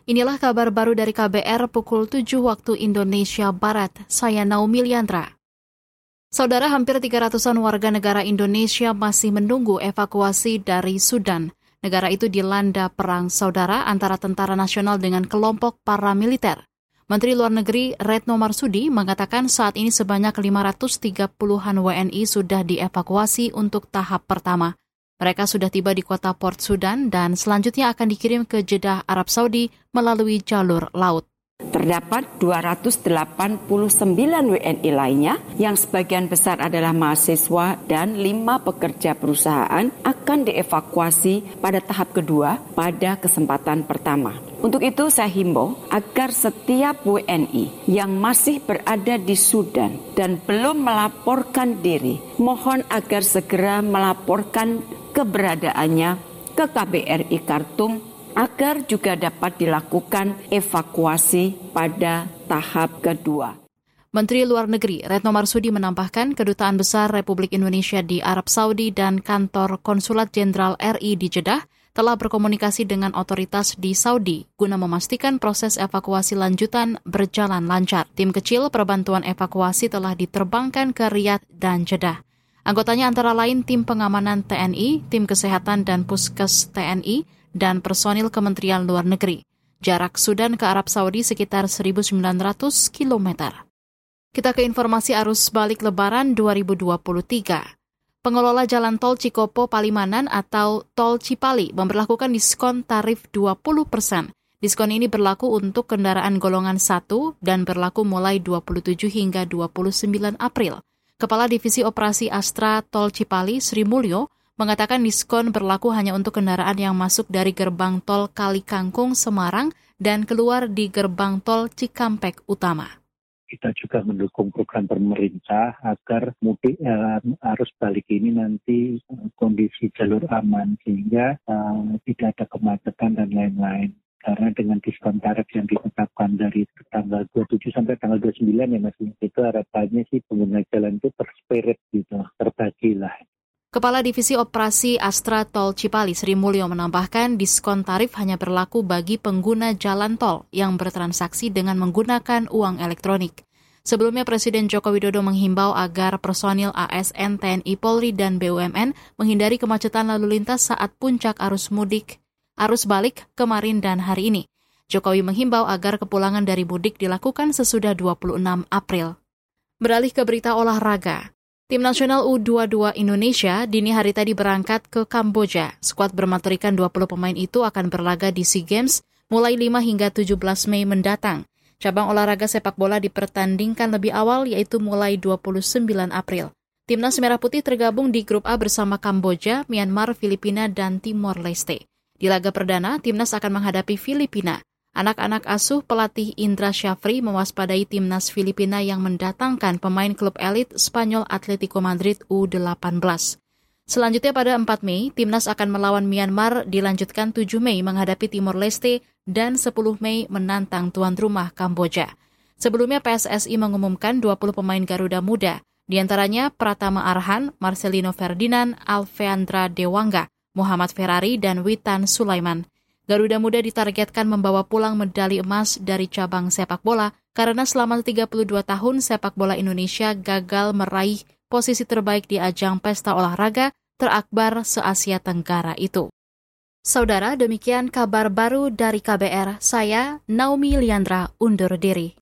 Inilah kabar baru dari KBR pukul 7 waktu Indonesia Barat. Saya Naomi Liandra. Saudara, hampir 300-an warga negara Indonesia masih menunggu evakuasi dari Sudan. Negara itu dilanda perang saudara antara tentara nasional dengan kelompok paramiliter. Menteri Luar Negeri Retno Marsudi mengatakan saat ini sebanyak 530-an WNI sudah dievakuasi untuk tahap pertama. Mereka sudah tiba di kota Port Sudan dan selanjutnya akan dikirim ke Jeddah, Arab Saudi melalui jalur laut. Terdapat 289 WNI lainnya yang sebagian besar adalah mahasiswa dan 5 pekerja perusahaan akan dievakuasi pada tahap kedua pada kesempatan pertama. Untuk itu saya himbau agar setiap WNI yang masih berada di Sudan dan belum melaporkan diri, mohon agar segera melaporkan keberadaannya ke KBRI Khartoum agar juga dapat dilakukan evakuasi pada tahap kedua. Menteri Luar Negeri Retno Marsudi menambahkan Kedutaan Besar Republik Indonesia di Arab Saudi dan Kantor Konsulat Jenderal RI di Jeddah telah berkomunikasi dengan otoritas di Saudi guna memastikan proses evakuasi lanjutan berjalan lancar. Tim kecil perbantuan evakuasi telah diterbangkan ke Riyadh dan Jeddah. Anggotanya antara lain tim pengamanan TNI, tim kesehatan dan puskes TNI, dan personil Kementerian Luar Negeri. Jarak Sudan ke Arab Saudi sekitar 1.900 km. Kita ke informasi arus balik Lebaran 2023. Pengelola Jalan Tol Cikopo Palimanan atau Tol Cipali memberlakukan diskon tarif 20%. Diskon ini berlaku untuk kendaraan golongan 1 dan berlaku mulai 27 hingga 29 April. Kepala Divisi Operasi Astra Tol Cipali, Sri Mulyo, mengatakan diskon berlaku hanya untuk kendaraan yang masuk dari gerbang tol Kali Kangkung, Semarang, dan keluar di gerbang tol Cikampek Utama. Kita juga mendukung program pemerintah agar mudik arus balik ini nanti kondisi jalur aman sehingga tidak ada kemacetan dan lain-lain. Karena dengan diskon tarif yang ditetapkan dari tanggal 27 sampai tanggal 29 ya Mas, itu harapannya sih pengguna jalan itu terspirit gitu, terbagilah. Kepala Divisi Operasi Astra Tol Cipali, Sri Mulyo menambahkan diskon tarif hanya berlaku bagi pengguna jalan tol yang bertransaksi dengan menggunakan uang elektronik. Sebelumnya Presiden Joko Widodo menghimbau agar personil ASN, TNI, Polri, dan BUMN menghindari kemacetan lalu lintas saat puncak arus balik kemarin dan hari ini. Jokowi menghimbau agar kepulangan dari mudik dilakukan sesudah 26 April. Beralih ke berita olahraga. Tim nasional U22 Indonesia dini hari tadi berangkat ke Kamboja. Skuad bermaterikan 20 pemain itu akan berlaga di SEA Games mulai 5 hingga 17 Mei mendatang. Cabang olahraga sepak bola dipertandingkan lebih awal yaitu mulai 29 April. Timnas Merah Putih tergabung di grup A bersama Kamboja, Myanmar, Filipina, dan Timor Leste. Di laga perdana, Timnas akan menghadapi Filipina. Anak-anak asuh pelatih Indra Syafri mewaspadai Timnas Filipina yang mendatangkan pemain klub elit Spanyol Atletico Madrid U18. Selanjutnya pada 4 Mei, Timnas akan melawan Myanmar, dilanjutkan 7 Mei menghadapi Timor Leste, dan 10 Mei menantang tuan rumah Kamboja. Sebelumnya PSSI mengumumkan 20 pemain Garuda Muda, di antaranya Pratama Arhan, Marcelino Ferdinand, Alfeandra Dewangga, Muhammad Ferrari, dan Witan Sulaiman. Garuda Muda ditargetkan membawa pulang medali emas dari cabang sepak bola karena selama 32 tahun sepak bola Indonesia gagal meraih posisi terbaik di ajang pesta olahraga terakbar se-Asia Tenggara itu. Saudara, demikian kabar baru dari KBR. Saya Naomi Liandra undur diri.